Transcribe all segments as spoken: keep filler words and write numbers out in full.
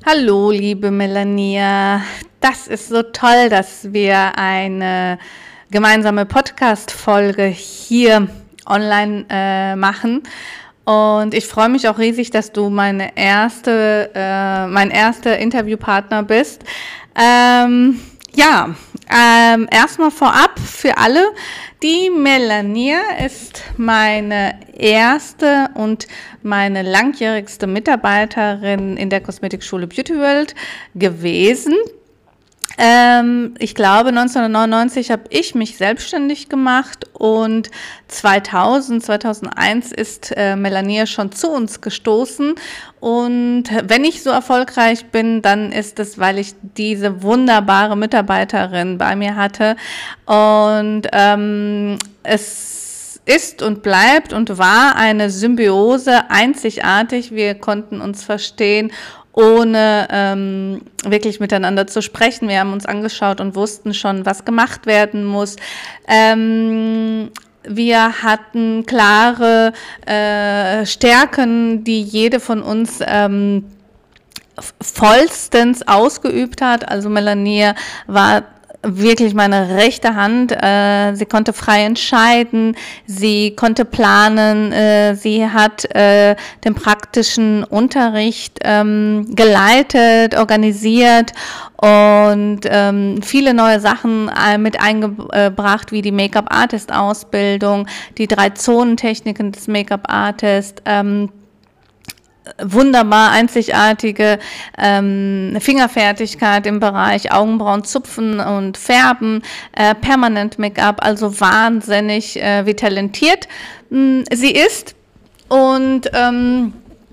Hallo, liebe Melania. Das ist so toll, dass wir eine gemeinsame Podcast-Folge hier online äh, machen. Und ich freue mich auch riesig, dass du meine erste, äh, mein erster Interviewpartner bist. Ähm, ja, ähm, erstmal vorab für alle, die Melania ist meine erste und meine langjährigste Mitarbeiterin in der Kosmetikschule Beauty World gewesen. Ähm, ich glaube, neunzehnhundertneunundneunzig habe ich mich selbstständig gemacht und zweitausend, zweitausendeins ist äh, Melania schon zu uns gestoßen. Und wenn ich so erfolgreich bin, dann ist es, weil ich diese wunderbare Mitarbeiterin bei mir hatte. Und ähm, es ist und bleibt und war eine Symbiose, einzigartig. Wir konnten uns verstehen, ohne ähm, wirklich miteinander zu sprechen. Wir haben uns angeschaut und wussten schon, was gemacht werden muss. Ähm, wir hatten klare äh, Stärken, die jede von uns ähm, vollstens ausgeübt hat. Also Melania war wirklich meine rechte Hand. Äh, sie konnte frei entscheiden, sie konnte planen, äh, sie hat äh, den praktischen Unterricht ähm, geleitet, organisiert und ähm, viele neue Sachen äh, mit eingebracht, wie die Make-up-Artist-Ausbildung, die drei Zonentechniken des Make-up-Artist, ähm, wunderbar einzigartige ähm, Fingerfertigkeit im Bereich Augenbrauen zupfen und färben, äh, permanent Make-up, also wahnsinnig äh, wie talentiert mh, sie ist. Und ähm,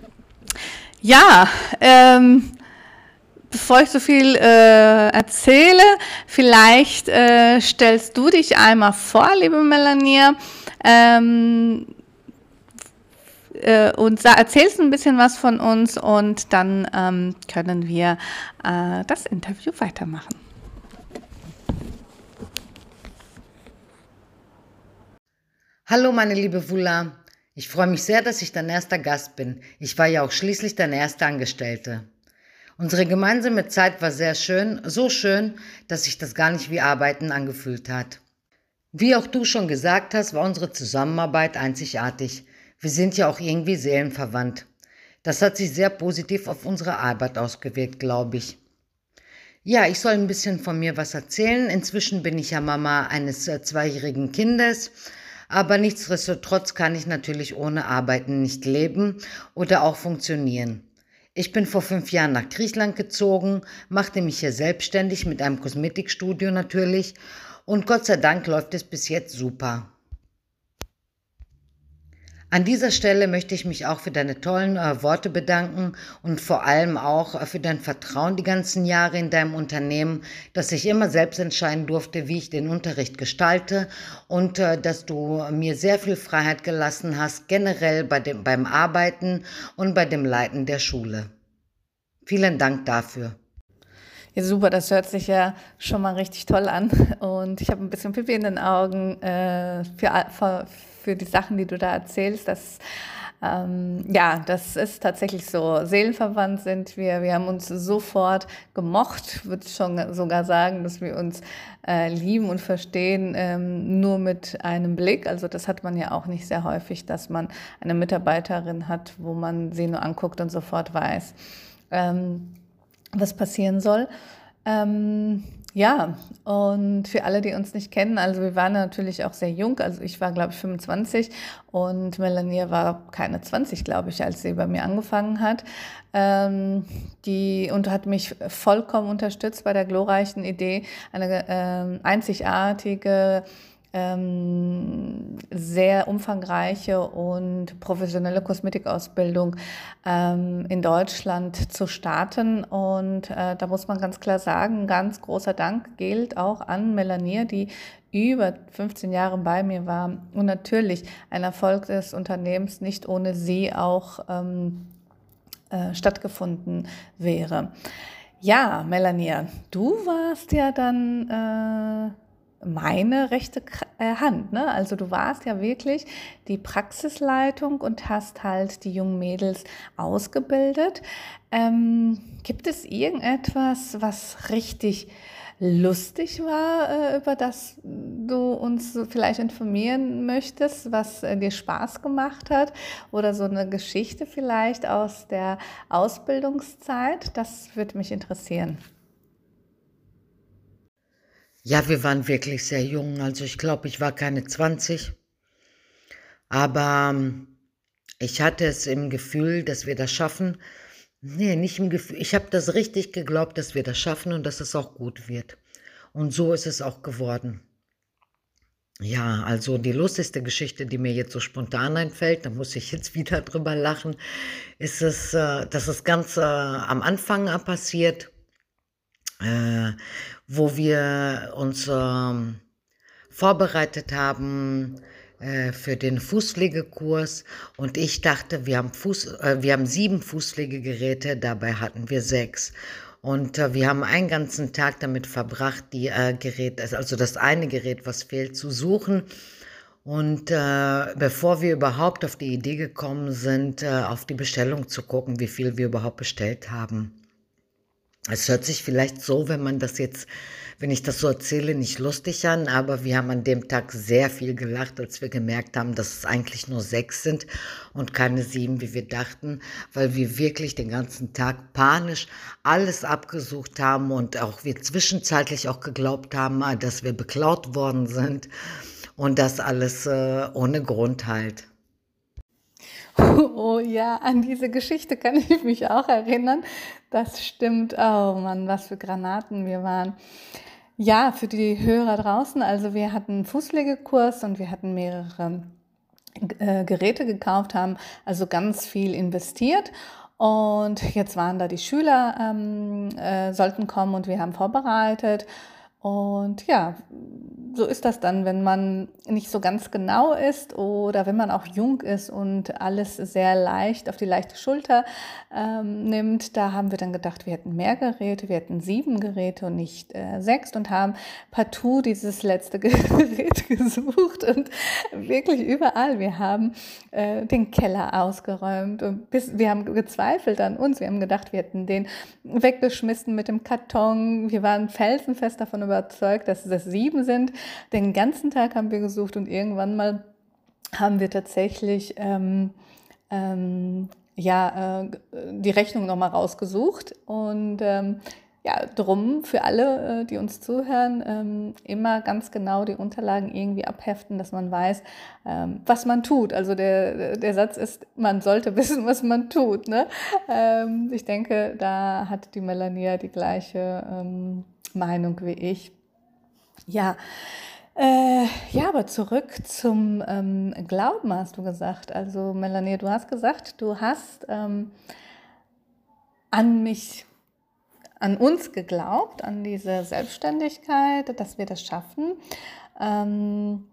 ja, ähm, bevor ich so viel äh, erzähle, vielleicht äh, stellst du dich einmal vor, liebe Melania, ähm, und erzählst ein bisschen was von uns und dann ähm, können wir äh, das Interview weitermachen. Hallo meine liebe Vula, ich freue mich sehr, dass ich dein erster Gast bin. Ich war ja auch schließlich deine erste Angestellte. Unsere gemeinsame Zeit war sehr schön, so schön, dass sich das gar nicht wie Arbeiten angefühlt hat. Wie auch du schon gesagt hast, war unsere Zusammenarbeit einzigartig. Wir sind ja auch irgendwie seelenverwandt. Das hat sich sehr positiv auf unsere Arbeit ausgewirkt, glaube ich. Ja, ich soll ein bisschen von mir was erzählen. Inzwischen bin ich ja Mama eines äh, zweijährigen Kindes, aber nichtsdestotrotz kann ich natürlich ohne Arbeiten nicht leben oder auch funktionieren. Ich bin vor fünf Jahren nach Griechenland gezogen, machte mich hier selbstständig mit einem Kosmetikstudio natürlich und Gott sei Dank läuft es bis jetzt super. An dieser Stelle möchte ich mich auch für deine tollen äh, Worte bedanken und vor allem auch äh, für dein Vertrauen die ganzen Jahre in deinem Unternehmen, dass ich immer selbst entscheiden durfte, wie ich den Unterricht gestalte und äh, dass du mir sehr viel Freiheit gelassen hast, generell bei dem, beim Arbeiten und bei dem Leiten der Schule. Vielen Dank dafür. Ja, super, das hört sich ja schon mal richtig toll an und ich habe ein bisschen Pipi in den Augen äh, für, für, für die Sachen, die du da erzählst. Das, ähm, ja, das ist tatsächlich so. Seelenverwandt sind wir, wir haben uns sofort gemocht, würde ich schon sogar sagen, dass wir uns äh, lieben und verstehen, ähm, nur mit einem Blick. Also das hat man ja auch nicht sehr häufig, dass man eine Mitarbeiterin hat, wo man sie nur anguckt und sofort weiß, ähm, was passieren soll. Ähm, ja, und für alle, die uns nicht kennen, also wir waren natürlich auch sehr jung, also ich war, glaube ich, fünfundzwanzig und Melania war keine zwanzig, glaube ich, als sie bei mir angefangen hat. Ähm, die, und hat mich vollkommen unterstützt bei der glorreichen Idee, eine ähm, einzigartige, Ähm, sehr umfangreiche und professionelle Kosmetikausbildung ähm, in Deutschland zu starten. Und äh, da muss man ganz klar sagen, ein ganz großer Dank gilt auch an Melania, die über fünfzehn Jahre bei mir war. Und natürlich ein Erfolg des Unternehmens nicht ohne sie auch ähm, äh, stattgefunden wäre. Ja, Melania, du warst ja dann Äh, meine rechte Hand, ne? Also du warst ja wirklich die Praxisleitung und hast halt die jungen Mädels ausgebildet. Ähm, Gibt es irgendetwas, was richtig lustig war, äh, über das du uns so vielleicht informieren möchtest, was äh, dir Spaß gemacht hat? Oder so eine Geschichte vielleicht aus der Ausbildungszeit? Das würde mich interessieren. Ja, wir waren wirklich sehr jung. Also ich glaube, ich war keine zwanzig, aber ähm, ich hatte es im Gefühl, dass wir das schaffen. Nee, nicht im Gefühl. Ich habe das richtig geglaubt, dass wir das schaffen und dass es auch gut wird. Und so ist es auch geworden. Ja, also die lustigste Geschichte, die mir jetzt so spontan einfällt, da muss ich jetzt wieder drüber lachen, ist es, äh, dass das Ganze am Anfang äh, passiert, äh, wo wir uns ähm, vorbereitet haben äh, für den Fußpflegekurs und ich dachte, wir haben Fuß, äh, wir haben sieben Fußpflegegeräte, dabei hatten wir sechs. Und äh, wir haben einen ganzen Tag damit verbracht, die äh, Geräte, also das eine Gerät, was fehlt, zu suchen. Und äh, bevor wir überhaupt auf die Idee gekommen sind, äh, auf die Bestellung zu gucken, wie viel wir überhaupt bestellt haben. Es hört sich vielleicht so, wenn man das jetzt, wenn ich das so erzähle, nicht lustig an, aber wir haben an dem Tag sehr viel gelacht, als wir gemerkt haben, dass es eigentlich nur sechs sind und keine sieben, wie wir dachten, weil wir wirklich den ganzen Tag panisch alles abgesucht haben und auch wir zwischenzeitlich auch geglaubt haben, dass wir beklaut worden sind und das alles äh, ohne Grund halt. Oh ja, an diese Geschichte kann ich mich auch erinnern. Das stimmt. Oh Mann, was für Granaten wir waren. Ja, für die Hörer draußen, also wir hatten einen Fußpflegekurs und wir hatten mehrere äh, Geräte gekauft, haben also ganz viel investiert. Und jetzt waren da die Schüler, ähm, äh, sollten kommen und wir haben vorbereitet. Und ja, so ist das dann, wenn man nicht so ganz genau ist oder wenn man auch jung ist und alles sehr leicht auf die leichte Schulter ähm, nimmt. Da haben wir dann gedacht, wir hätten mehr Geräte, wir hätten sieben Geräte und nicht äh, sechs und haben partout dieses letzte Gerät gesucht und wirklich überall. Wir haben äh, den Keller ausgeräumt und bis, wir haben gezweifelt an uns. Wir haben gedacht, wir hätten den weggeschmissen mit dem Karton. Wir waren felsenfest davon überzeugt, dass es sieben sind. Den ganzen Tag haben wir gesucht und irgendwann mal haben wir tatsächlich ähm, ähm, ja, äh, die Rechnung nochmal rausgesucht und ähm, ja, drum für alle, äh, die uns zuhören, ähm, immer ganz genau die Unterlagen irgendwie abheften, dass man weiß, ähm, was man tut. Also der, der Satz ist, man sollte wissen, was man tut. Ne? Ähm, ich denke, da hat die Melania die gleiche ähm, Meinung wie ich. Ja, äh, ja, aber zurück zum ähm, Glauben hast du gesagt. Also Melanie, du hast gesagt, du hast ähm, an mich, an uns geglaubt, an diese Selbstständigkeit, dass wir das schaffen. Ähm,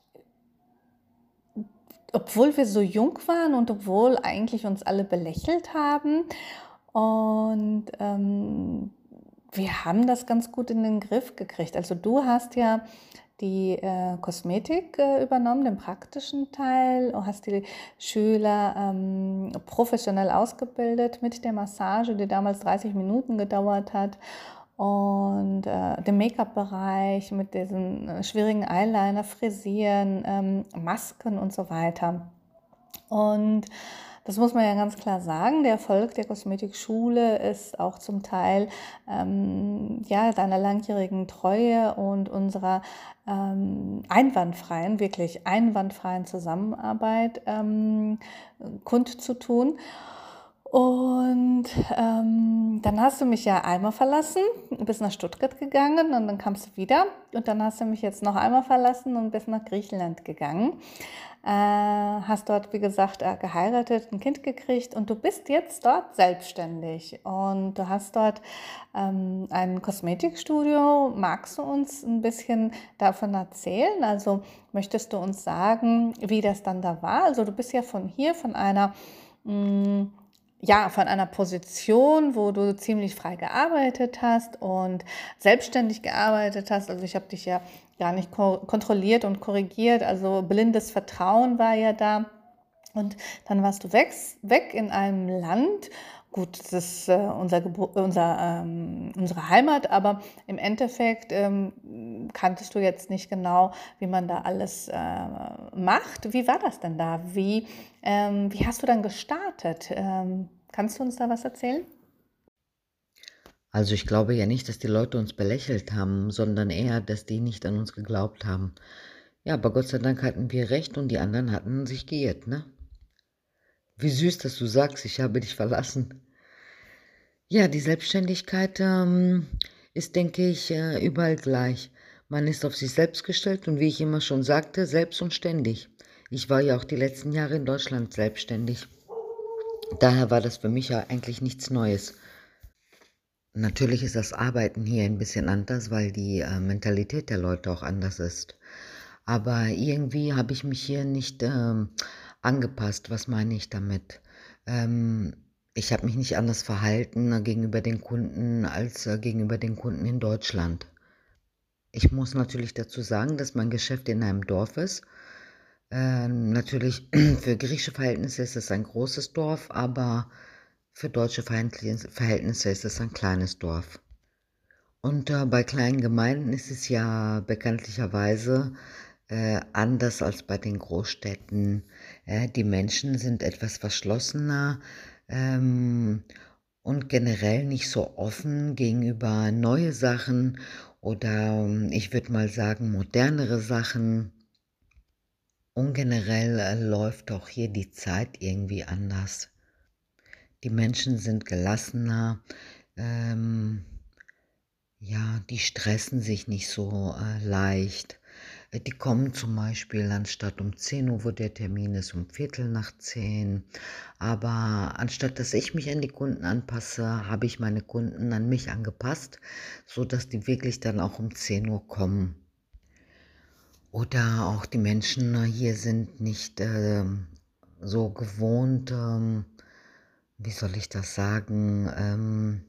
obwohl wir so jung waren und obwohl eigentlich uns alle belächelt haben. Und ähm, wir haben das ganz gut in den Griff gekriegt. Also du hast ja die äh, Kosmetik äh, übernommen, den praktischen Teil, du hast die Schüler ähm, professionell ausgebildet mit der Massage, die damals dreißig Minuten gedauert hat und äh, dem Make-up-Bereich mit diesen äh, schwierigen Eyeliner, Frisieren, ähm, Masken und so weiter. Und das muss man ja ganz klar sagen, der Erfolg der Kosmetikschule ist auch zum Teil ähm, ja, deiner langjährigen Treue und unserer ähm, einwandfreien, wirklich einwandfreien Zusammenarbeit ähm, kundzutun. Und ähm, dann hast du mich ja einmal verlassen, bist nach Stuttgart gegangen und dann kamst du wieder. Und dann hast du mich jetzt noch einmal verlassen und bist nach Griechenland gegangen. Äh, hast dort, wie gesagt, äh, geheiratet, ein Kind gekriegt und du bist jetzt dort selbstständig. Und du hast dort ähm, ein Kosmetikstudio. Magst du uns ein bisschen davon erzählen? Also möchtest du uns sagen, wie das dann da war? Also du bist ja von hier, von einer... Mh, ja, von einer Position, wo du ziemlich frei gearbeitet hast und selbstständig gearbeitet hast. Also ich habe dich ja gar nicht ko- kontrolliert und korrigiert. Also blindes Vertrauen war ja da. Und dann warst du weg, weg in einem Land, Gut, das ist, äh, unser Gebo unser, ähm unsere Heimat, aber im Endeffekt, ähm, kanntest du jetzt nicht genau, wie man da alles, äh, macht. Wie war das denn da? Wie, ähm wie hast du dann gestartet? Ähm, kannst du uns da was erzählen? Also ich glaube ja nicht, dass die Leute uns belächelt haben, sondern eher, dass die nicht an uns geglaubt haben. Ja, aber Gott sei Dank hatten wir recht und die anderen hatten sich geirrt, ne? Wie süß, dass du sagst, ich habe dich verlassen. Ja, die Selbstständigkeit ähm, ist, denke ich, äh, überall gleich. Man ist auf sich selbst gestellt und wie ich immer schon sagte, selbst und ständig. Ich war ja auch die letzten Jahre in Deutschland selbstständig. Daher war das für mich ja eigentlich nichts Neues. Natürlich ist das Arbeiten hier ein bisschen anders, weil die äh, Mentalität der Leute auch anders ist. Aber irgendwie habe ich mich hier nicht ähm, angepasst. Was meine ich damit? Ähm, Ich habe mich nicht anders verhalten äh, gegenüber den Kunden als äh, gegenüber den Kunden in Deutschland. Ich muss natürlich dazu sagen, dass mein Geschäft in einem Dorf ist. Ähm, natürlich für griechische Verhältnisse ist es ein großes Dorf, aber für deutsche Verhältnisse Verhältnisse ist es ein kleines Dorf. Und äh, bei kleinen Gemeinden ist es ja bekanntlicherweise äh, anders als bei den Großstädten. Äh, die Menschen sind etwas verschlossener ähm, und generell nicht so offen gegenüber neue Sachen oder ähm, ich würde mal sagen modernere Sachen. Und generell äh, läuft auch hier die Zeit irgendwie anders. Die Menschen sind gelassener. Ähm, Ja, die stressen sich nicht so äh, leicht. Äh, Die kommen zum Beispiel anstatt um zehn Uhr, wo der Termin ist, um Viertel nach zehn. Aber anstatt dass ich mich an die Kunden anpasse, habe ich meine Kunden an mich angepasst, sodass die wirklich dann auch um zehn Uhr kommen. Oder auch die Menschen äh, hier sind nicht ähm, so gewohnt, ähm, wie soll ich das sagen, ähm,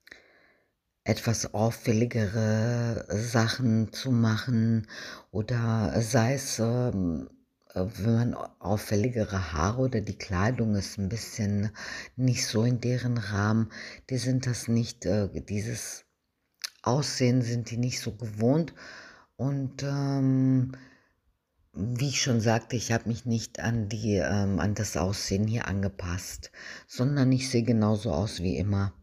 etwas auffälligere Sachen zu machen oder sei es, ähm, äh, wenn man auffälligere Haare oder die Kleidung ist ein bisschen nicht so in deren Rahmen. Die sind das nicht, äh, dieses Aussehen sind die nicht so gewohnt. Und ähm, wie ich schon sagte, ich habe mich nicht an die, ähm, an das Aussehen hier angepasst, sondern ich sehe genauso aus wie immer.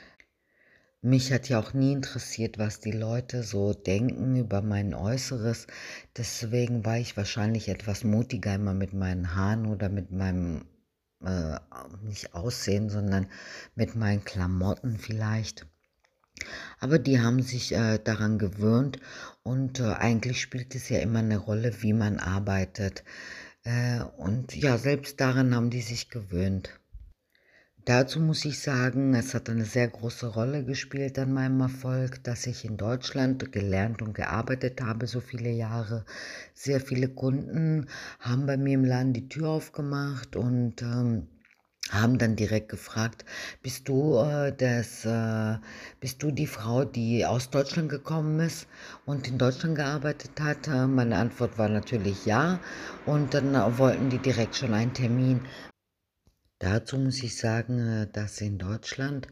Mich hat ja auch nie interessiert, was die Leute so denken über mein Äußeres. Deswegen war ich wahrscheinlich etwas mutiger immer mit meinen Haaren oder mit meinem, äh, nicht Aussehen, sondern mit meinen Klamotten vielleicht. Aber die haben sich äh, daran gewöhnt und äh, eigentlich spielt es ja immer eine Rolle, wie man arbeitet. Äh, und ja, selbst daran haben die sich gewöhnt. Dazu muss ich sagen, es hat eine sehr große Rolle gespielt an meinem Erfolg, dass ich in Deutschland gelernt und gearbeitet habe, so viele Jahre. Sehr viele Kunden haben bei mir im Laden die Tür aufgemacht und ähm, haben dann direkt gefragt, bist du äh, das, äh, bist du die Frau, die aus Deutschland gekommen ist und in Deutschland gearbeitet hat? Äh, Meine Antwort war natürlich ja und dann äh, wollten die direkt schon einen Termin. Dazu muss ich sagen, äh, dass in Deutschland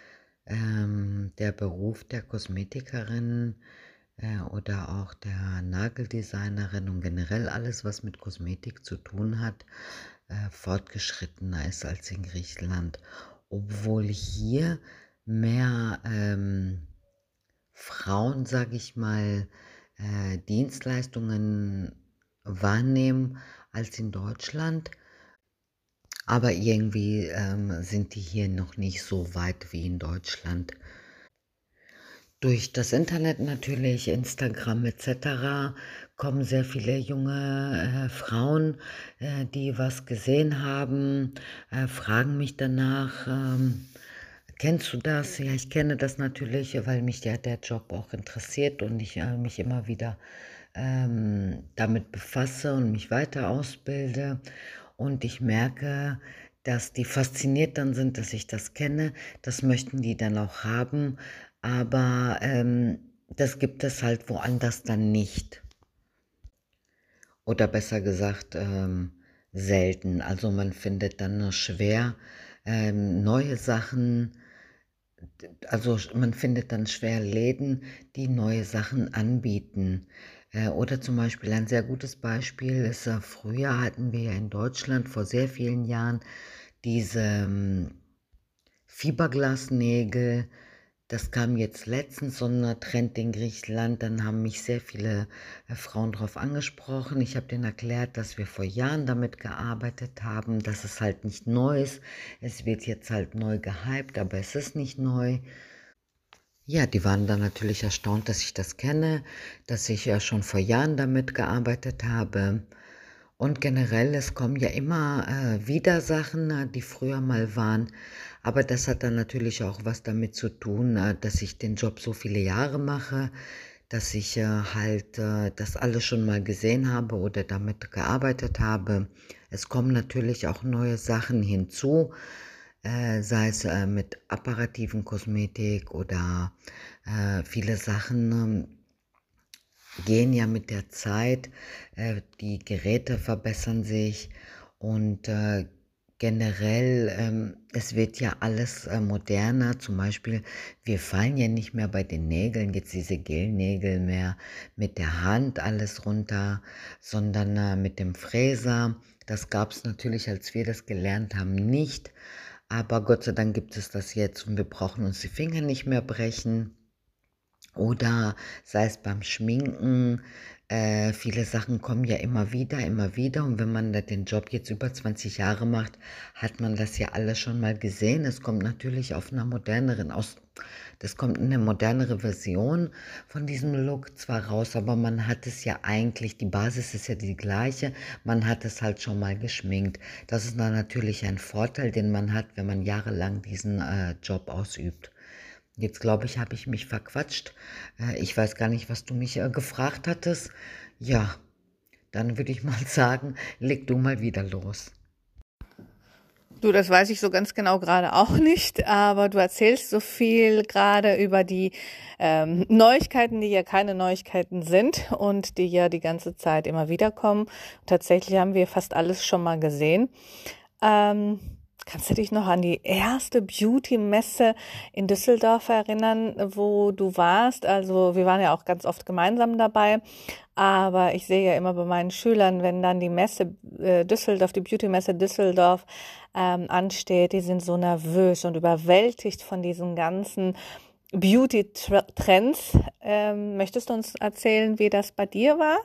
ähm, der Beruf der Kosmetikerin äh, oder auch der Nageldesignerin und generell alles, was mit Kosmetik zu tun hat, äh, fortgeschrittener ist als in Griechenland. Obwohl hier mehr ähm, Frauen, sage ich mal, äh, Dienstleistungen wahrnehmen als in Deutschland. Aber irgendwie ähm, sind die hier noch nicht so weit wie in Deutschland. Durch das Internet natürlich, Instagram et cetera, kommen sehr viele junge äh, Frauen, äh, die was gesehen haben, äh, fragen mich danach, ähm, kennst du das? Ja, ich kenne das natürlich, weil mich ja der Job auch interessiert und ich äh, mich immer wieder ähm, damit befasse und mich weiter ausbilde. Und ich merke, dass die fasziniert dann sind, dass ich das kenne. Das möchten die dann auch haben, aber ähm, das gibt es halt woanders dann nicht. Oder besser gesagt, ähm, selten. Also man findet dann nur schwer ähm, neue Sachen. Also man findet dann schwer Läden, die neue Sachen anbieten. Äh, oder zum Beispiel ein sehr gutes Beispiel ist, äh, früher hatten wir ja in Deutschland vor sehr vielen Jahren diese ähm, Fiberglasnägel. Das kam jetzt letztens so ein Trend in Griechenland, dann haben mich sehr viele äh, Frauen darauf angesprochen. Ich habe denen erklärt, dass wir vor Jahren damit gearbeitet haben, dass es halt nicht neu ist. Es wird jetzt halt neu gehypt, aber es ist nicht neu. Ja, die waren dann natürlich erstaunt, dass ich das kenne, dass ich ja schon vor Jahren damit gearbeitet habe. Und generell, es kommen ja immer äh, wieder Sachen, äh, die früher mal waren. Aber das hat dann natürlich auch was damit zu tun, äh, dass ich den Job so viele Jahre mache, dass ich äh, halt äh, das alles schon mal gesehen habe oder damit gearbeitet habe. Es kommen natürlich auch neue Sachen hinzu, äh, sei es äh, mit apparativen Kosmetik oder äh, viele Sachen. Ähm, gehen ja mit der Zeit, äh, die Geräte verbessern sich und äh, generell, ähm, es wird ja alles äh, moderner. Zum Beispiel, wir fallen ja nicht mehr bei den Nägeln, jetzt diese Gelnägel mehr mit der Hand alles runter, sondern äh, mit dem Fräser. Das gab es natürlich, als wir das gelernt haben, nicht. Aber Gott sei Dank gibt es das jetzt und wir brauchen uns die Finger nicht mehr brechen. Oder sei es beim Schminken, äh, viele Sachen kommen ja immer wieder, immer wieder. Und wenn man da den Job jetzt über zwanzig Jahre macht, hat man das ja alles schon mal gesehen. Es kommt natürlich auf einer moderneren aus, das kommt eine modernere Version von diesem Look zwar raus, aber man hat es ja eigentlich, die Basis ist ja die gleiche, man hat es halt schon mal geschminkt. Das ist dann natürlich ein Vorteil, den man hat, wenn man jahrelang diesen äh, Job ausübt. Jetzt glaube ich, habe ich mich verquatscht. Äh, ich weiß gar nicht, was du mich äh, gefragt hattest. Ja, dann würde ich mal sagen, leg du mal wieder los. Du, das weiß ich so ganz genau gerade auch nicht, aber du erzählst so viel gerade über die ähm, Neuigkeiten, die ja keine Neuigkeiten sind und die ja die ganze Zeit immer wieder kommen. Tatsächlich haben wir fast alles schon mal gesehen. Ähm, Kannst du dich noch an die erste Beauty-Messe in Düsseldorf erinnern, wo du warst? Also wir waren ja auch ganz oft gemeinsam dabei, aber ich sehe ja immer bei meinen Schülern, wenn dann die Messe äh, Düsseldorf, die Beauty-Messe Düsseldorf ähm, ansteht, die sind so nervös und überwältigt von diesen ganzen Beauty-Trends. Ähm, möchtest du uns erzählen, wie das bei dir war?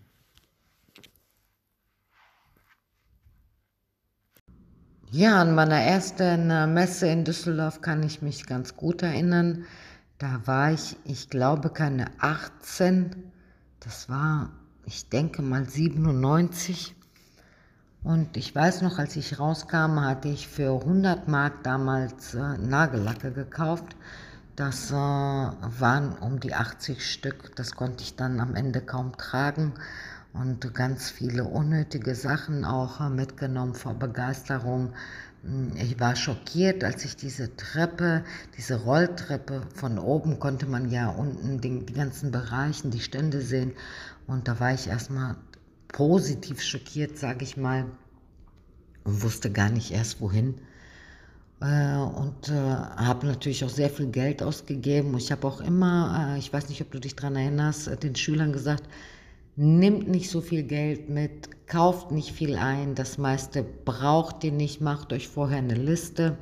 Ja, an meiner ersten äh, Messe in Düsseldorf kann ich mich ganz gut erinnern. Da war ich, ich glaube, keine achtzehn. Das war, ich denke mal, siebenundneunzig. Und ich weiß noch, als ich rauskam, hatte ich für hundert Mark damals äh, Nagellacke gekauft. Das äh, waren um die achtzig Stück. Das konnte ich dann am Ende kaum tragen. Und ganz viele unnötige Sachen auch äh, mitgenommen vor Begeisterung. Ich war schockiert, als ich diese Treppe, diese Rolltreppe von oben konnte man ja unten den, die ganzen Bereichen, die Stände sehen. Und da war ich erstmal positiv schockiert, sage ich mal, und wusste gar nicht erst wohin. Äh, und äh, habe natürlich auch sehr viel Geld ausgegeben. Ich habe auch immer, äh, ich weiß nicht, ob du dich daran erinnerst, äh, den Schülern gesagt, nehmt nicht so viel Geld mit, kauft nicht viel ein, das meiste braucht ihr nicht, macht euch vorher eine Liste,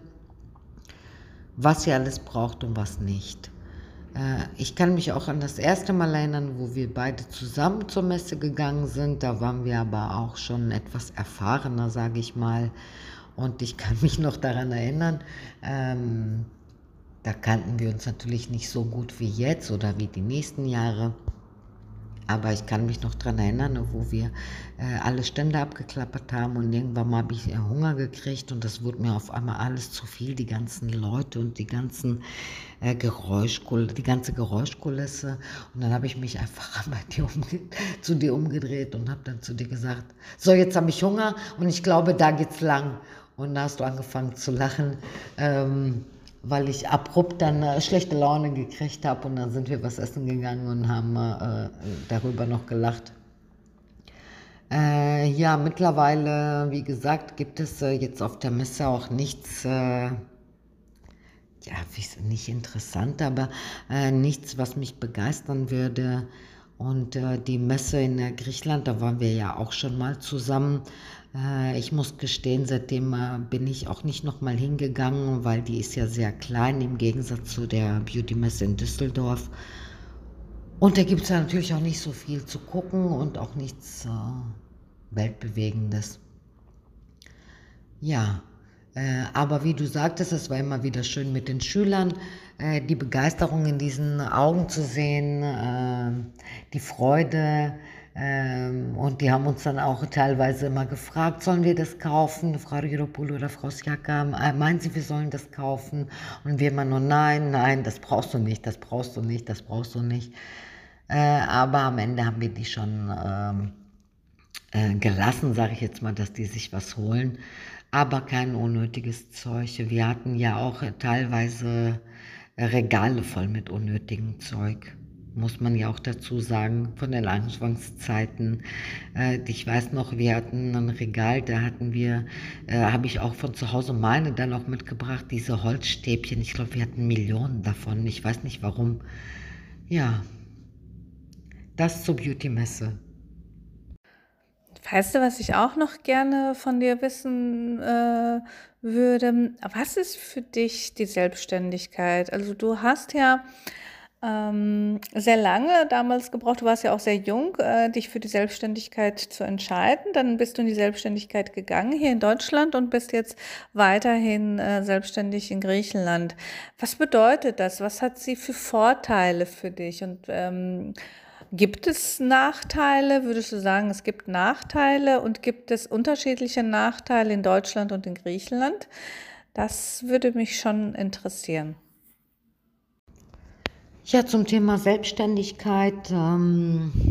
was ihr alles braucht und was nicht. Äh, ich kann mich auch an das erste Mal erinnern, wo wir beide zusammen zur Messe gegangen sind. Da waren wir aber auch schon etwas erfahrener, sage ich mal. Und ich kann mich noch daran erinnern, ähm, da kannten wir uns natürlich nicht so gut wie jetzt oder wie die nächsten Jahre. Aber ich kann mich noch daran erinnern, wo wir äh, alle Stände abgeklappert haben und irgendwann mal habe ich äh, Hunger gekriegt und das wurde mir auf einmal alles zu viel, die ganzen Leute und die ganzen äh, Geräuschkulisse, die ganze Geräuschkulisse. Und dann habe ich mich einfach bei dir umge- zu dir umgedreht und habe dann zu dir gesagt, so jetzt habe ich Hunger und ich glaube, da geht's lang. Und da hast du angefangen zu lachen. Ähm, weil ich abrupt dann äh, schlechte Laune gekriegt habe und dann sind wir was essen gegangen und haben äh, darüber noch gelacht. Äh, ja, mittlerweile, wie gesagt, gibt es äh, jetzt auf der Messe auch nichts, äh, ja, wie ist- nicht interessant, aber äh, nichts, was mich begeistern würde. Und äh, die Messe in äh, Griechenland, da waren wir ja auch schon mal zusammen. Äh, ich muss gestehen, seitdem äh, bin ich auch nicht nochmal hingegangen, weil die ist ja sehr klein im Gegensatz zu der Beauty-Messe in Düsseldorf. Und da gibt es ja natürlich auch nicht so viel zu gucken und auch nichts äh, Weltbewegendes. Ja, äh, aber wie du sagtest, es war immer wieder schön mit den Schülern, äh, die Begeisterung in diesen Augen zu sehen, äh, die Freude. Ähm, und die haben uns dann auch teilweise immer gefragt, sollen wir das kaufen? Frau Riropoulou oder Frau Siaka, äh, meinen Sie, wir sollen das kaufen? Und wir immer nur, nein, nein, das brauchst du nicht, das brauchst du nicht, das brauchst du nicht. Äh, aber am Ende haben wir die schon ähm, äh, gelassen, sage ich jetzt mal, dass die sich was holen, aber kein unnötiges Zeug. Wir hatten ja auch äh, teilweise äh, Regale voll mit unnötigem Zeug. Muss man ja auch dazu sagen, von den Anfangszeiten. Äh, ich weiß noch, wir hatten ein Regal, da hatten wir, äh, habe ich auch von zu Hause meine dann auch mitgebracht, diese Holzstäbchen. Ich glaube, wir hatten Millionen davon. Ich weiß nicht warum. Ja, das zur Beauty-Messe. Weißt du, was ich auch noch gerne von dir wissen äh, würde? Was ist für dich die Selbstständigkeit? Also du hast ja ähm, sehr lange damals gebraucht, du warst ja auch sehr jung, äh, dich für die Selbstständigkeit zu entscheiden. Dann bist du in die Selbstständigkeit gegangen hier in Deutschland und bist jetzt weiterhin äh, selbstständig in Griechenland. Was bedeutet das? Was hat sie für Vorteile für dich? Und ähm, gibt es Nachteile? Würdest du sagen, es gibt Nachteile und gibt es unterschiedliche Nachteile in Deutschland und in Griechenland? Das würde mich schon interessieren. Ja, zum Thema Selbstständigkeit, ähm,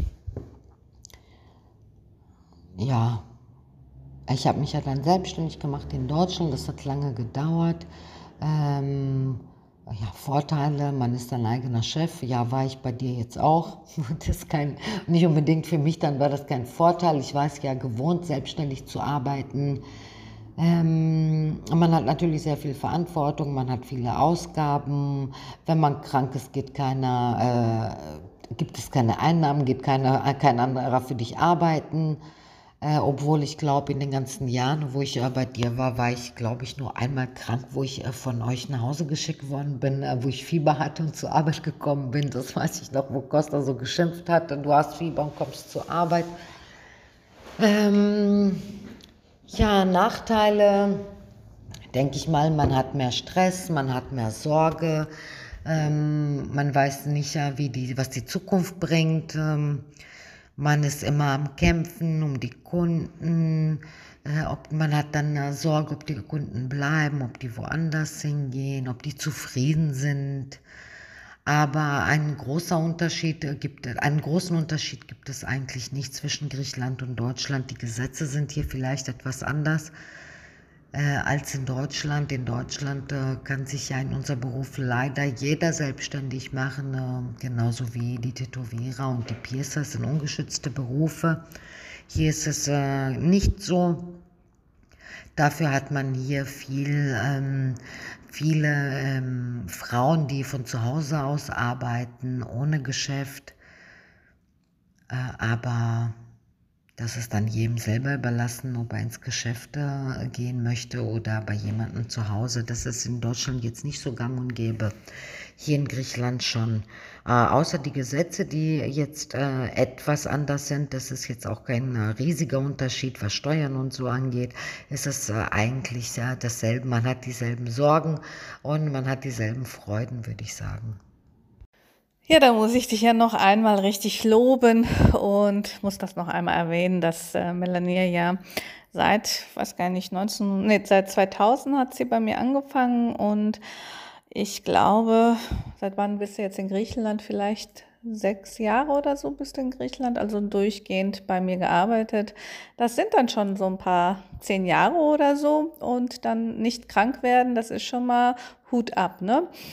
ja, ich habe mich ja dann selbstständig gemacht in Deutschland, das hat lange gedauert. Ähm, ja, Vorteile, man ist ein eigener Chef, ja, war ich bei dir jetzt auch. Das ist kein, nicht unbedingt für mich, dann war das kein Vorteil. Ich war es ja gewohnt, selbstständig zu arbeiten. Ähm, man hat natürlich sehr viel Verantwortung, man hat viele Ausgaben. Wenn man krank ist, geht keiner, äh, gibt es keine Einnahmen, geht keiner, äh, kein anderer für dich arbeiten. Äh, obwohl ich glaube, in den ganzen Jahren, wo ich äh, bei dir war, war ich, glaube ich, nur einmal krank, wo ich äh, von euch nach Hause geschickt worden bin, äh, wo ich Fieber hatte und zur Arbeit gekommen bin. Das weiß ich noch, wo Costa so geschimpft hat, du hast Fieber und kommst zur Arbeit. Ähm, ja, Nachteile, denke ich mal, man hat mehr Stress, man hat mehr Sorge, ähm, man weiß nicht, ja, wie die, was die Zukunft bringt. Ähm, man ist immer am Kämpfen um die Kunden. Äh, ob, man hat dann äh, Sorge, ob die Kunden bleiben, ob die woanders hingehen, ob die zufrieden sind. Aber ein großer Unterschied äh, gibt, einen großen Unterschied gibt es eigentlich nicht zwischen Griechenland und Deutschland. Die Gesetze sind hier vielleicht etwas anders äh, als in Deutschland. In Deutschland äh, kann sich ja in unserem Beruf leider jeder selbstständig machen, äh, genauso wie die Tätowierer und die Piercer sind ungeschützte Berufe. Hier ist es äh, nicht so. Dafür hat man hier viel, ähm, viele ähm, Frauen, die von zu Hause aus arbeiten, ohne Geschäft. Äh, aber das ist dann jedem selber überlassen, ob er ins Geschäft äh, gehen möchte oder bei jemandem zu Hause. Das ist in Deutschland jetzt nicht so gang und gäbe. Hier in Griechenland schon. Äh, außer die Gesetze, die jetzt äh, etwas anders sind, das ist jetzt auch kein äh, riesiger Unterschied, was Steuern und so angeht, ist es äh, eigentlich ja, dasselbe. Man hat dieselben Sorgen und man hat dieselben Freuden, würde ich sagen. Ja, da muss ich dich ja noch einmal richtig loben und muss das noch einmal erwähnen, dass äh, Melania ja seit, weiß gar nicht, neunzehn, nee, seit zweitausend hat sie bei mir angefangen und ich glaube, seit wann bist du jetzt in Griechenland? Vielleicht sechs Jahre oder so bist du in Griechenland, also durchgehend bei mir gearbeitet. Das sind dann schon so ein paar zehn Jahre oder so und dann nicht krank werden, das ist schon mal Hut ab, ne?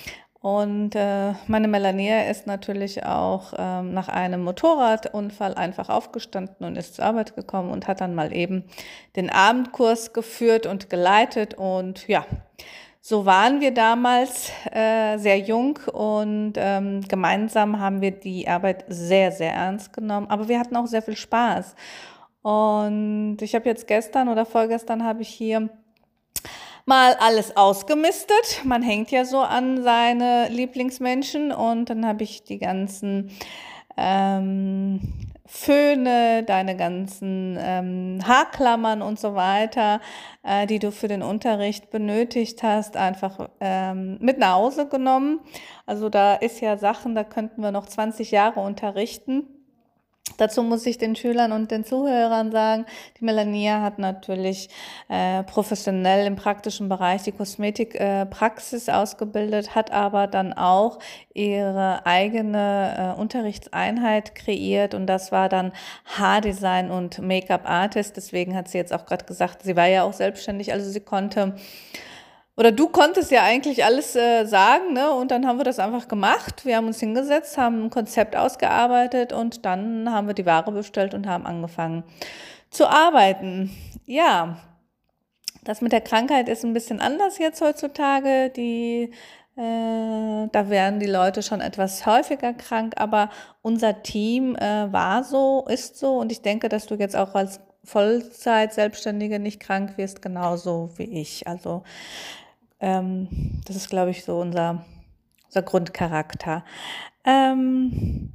Und äh, meine Melania ist natürlich auch ähm, nach einem Motorradunfall einfach aufgestanden und ist zur Arbeit gekommen und hat dann mal eben den Abendkurs geführt und geleitet. Und ja, so waren wir damals äh, sehr jung und ähm, gemeinsam haben wir die Arbeit sehr, sehr ernst genommen. Aber wir hatten auch sehr viel Spaß. Und ich habe jetzt gestern oder vorgestern habe ich hier mal alles ausgemistet. Man hängt ja so an seine Lieblingsmenschen und dann habe ich die ganzen ähm, Föhne, deine ganzen ähm, Haarklammern und so weiter, äh, die du für den Unterricht benötigt hast, einfach ähm, mit nach Hause genommen. Also da ist ja Sachen, da könnten wir noch zwanzig Jahre unterrichten. Dazu muss ich den Schülern und den Zuhörern sagen, die Melania hat natürlich äh, professionell im praktischen Bereich die Kosmetikpraxis äh, ausgebildet, hat aber dann auch ihre eigene äh, Unterrichtseinheit kreiert und das war dann Haardesign und Make-up-Artist. Deswegen hat sie jetzt auch gerade gesagt, sie war ja auch selbstständig, also sie konnte Oder du konntest ja eigentlich alles äh, sagen, ne? Und dann haben wir das einfach gemacht. Wir haben uns hingesetzt, haben ein Konzept ausgearbeitet und dann haben wir die Ware bestellt und haben angefangen zu arbeiten. Ja, das mit der Krankheit ist ein bisschen anders jetzt heutzutage. Die, äh, da werden die Leute schon etwas häufiger krank, aber unser Team äh, war so, ist so und ich denke, dass du jetzt auch als Vollzeit-Selbstständige nicht krank wirst, genauso wie ich. Also ähm, das ist, glaube ich, so unser, unser Grundcharakter. Ähm,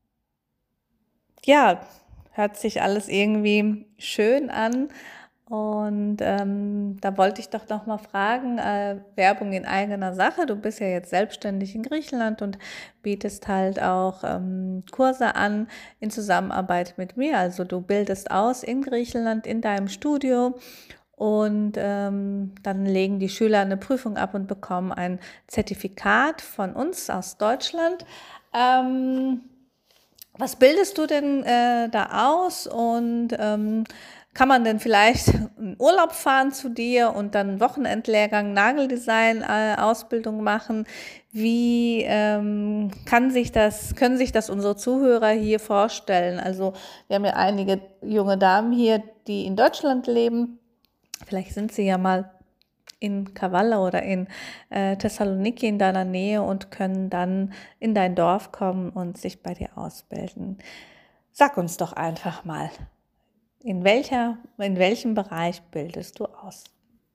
ja, hört sich alles irgendwie schön an. Und ähm, da wollte ich doch noch mal fragen, äh, Werbung in eigener Sache. Du bist ja jetzt selbstständig in Griechenland und bietest halt auch ähm, Kurse an in Zusammenarbeit mit mir. Also du bildest aus in Griechenland in deinem Studio. Und ähm, dann legen die Schüler eine Prüfung ab und bekommen ein Zertifikat von uns aus Deutschland. Ähm, was bildest du denn äh, da aus und ähm, kann man denn vielleicht in Urlaub fahren zu dir und dann Wochenendlehrgang Nageldesign-Ausbildung äh, machen? Wie ähm, kann sich das, können sich das unsere Zuhörer hier vorstellen? Also wir haben ja einige junge Damen hier, die in Deutschland leben. Vielleicht sind sie ja mal in Kavala oder in äh, Thessaloniki in deiner Nähe und können dann in dein Dorf kommen und sich bei dir ausbilden. Sag uns doch einfach mal, in welcher, in welchem Bereich bildest du aus?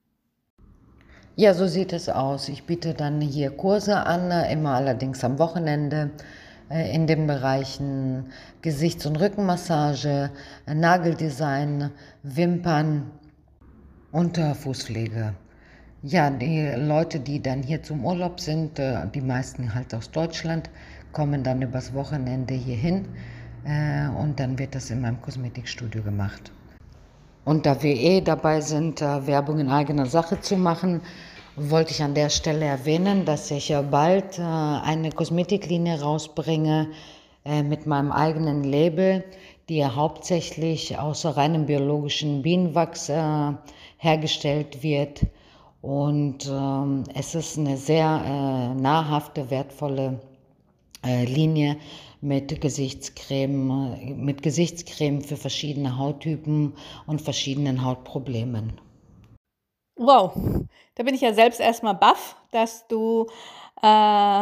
Ja, so sieht es aus. Ich biete dann hier Kurse an, immer allerdings am Wochenende äh, in den Bereichen Gesichts- und Rückenmassage, äh, Nageldesign, Wimpern und äh, Fußpflege. Ja, die Leute, die dann hier zum Urlaub sind, äh, die meisten halt aus Deutschland, kommen dann übers Wochenende hier hin äh, und dann wird das in meinem Kosmetikstudio gemacht. Und da wir eh dabei sind, äh, Werbung in eigener Sache zu machen, wollte ich an der Stelle erwähnen, dass ich äh, bald äh, eine Kosmetiklinie rausbringe äh, mit meinem eigenen Label, die hauptsächlich aus reinem biologischen Bienenwachs äh, hergestellt wird. Und ähm, es ist eine sehr äh, nahrhafte, wertvolle äh, Linie mit Gesichtscreme, äh, mit Gesichtscreme für verschiedene Hauttypen und verschiedenen Hautproblemen. Wow, da bin ich ja selbst erstmal baff, dass du äh,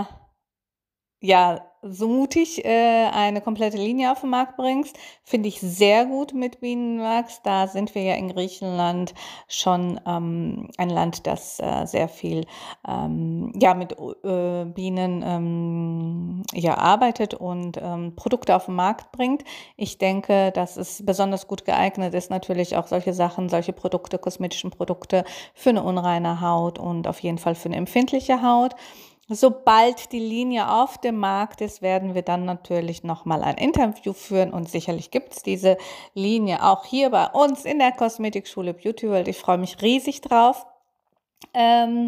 ja so mutig äh, eine komplette Linie auf den Markt bringst. Finde ich sehr gut mit Bienenwachs. Da sind wir ja in Griechenland schon ähm, ein Land, das äh, sehr viel ähm, ja, mit äh, Bienen ähm, ja, arbeitet und ähm, Produkte auf den Markt bringt. Ich denke, dass es besonders gut geeignet ist, natürlich auch solche Sachen, solche Produkte, kosmetischen Produkte für eine unreine Haut und auf jeden Fall für eine empfindliche Haut. Sobald die Linie auf dem Markt ist, werden wir dann natürlich nochmal ein Interview führen und sicherlich gibt es diese Linie auch hier bei uns in der Kosmetikschule Beauty World. Ich freue mich riesig drauf. Ähm,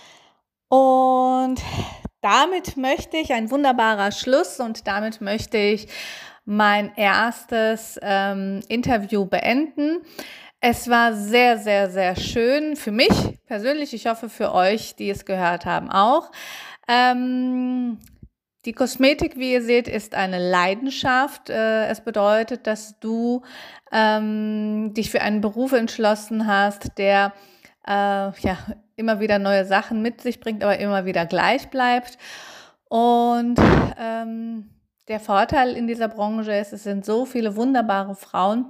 und damit möchte ich, ein wunderbarer Schluss und damit möchte ich mein erstes ähm, Interview beenden. Es war sehr, sehr, sehr schön für mich persönlich. Ich hoffe für euch, die es gehört haben, auch. Ähm, die Kosmetik, wie ihr seht, ist eine Leidenschaft. Äh, es bedeutet, dass du ähm, dich für einen Beruf entschlossen hast, der äh, ja, immer wieder neue Sachen mit sich bringt, aber immer wieder gleich bleibt. Und ähm, der Vorteil in dieser Branche ist, es sind so viele wunderbare Frauen,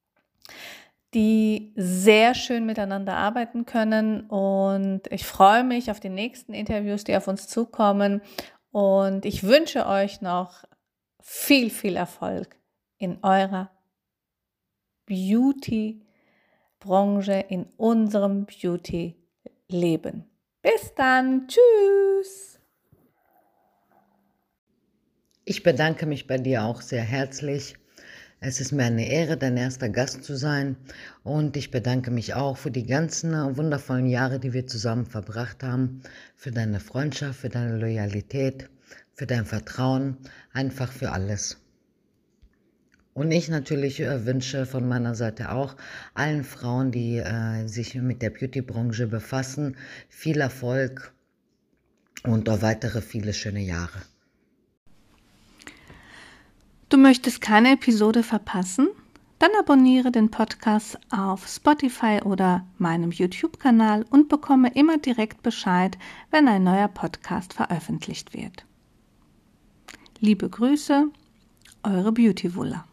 die sehr schön miteinander arbeiten können. Und ich freue mich auf die nächsten Interviews, die auf uns zukommen. Und ich wünsche euch noch viel, viel Erfolg in eurer Beauty-Branche, in unserem Beauty-Leben. Bis dann. Tschüss. Ich bedanke mich bei dir auch sehr herzlich. Es ist mir eine Ehre, dein erster Gast zu sein, und ich bedanke mich auch für die ganzen wundervollen Jahre, die wir zusammen verbracht haben, für deine Freundschaft, für deine Loyalität, für dein Vertrauen, einfach für alles. Und ich natürlich äh, wünsche von meiner Seite auch allen Frauen, die äh, sich mit der Beauty-Branche befassen, viel Erfolg und auch weitere viele schöne Jahre. Du möchtest keine Episode verpassen? Dann abonniere den Podcast auf Spotify oder meinem YouTube-Kanal und bekomme immer direkt Bescheid, wenn ein neuer Podcast veröffentlicht wird. Liebe Grüße, eure Beauty Wulla.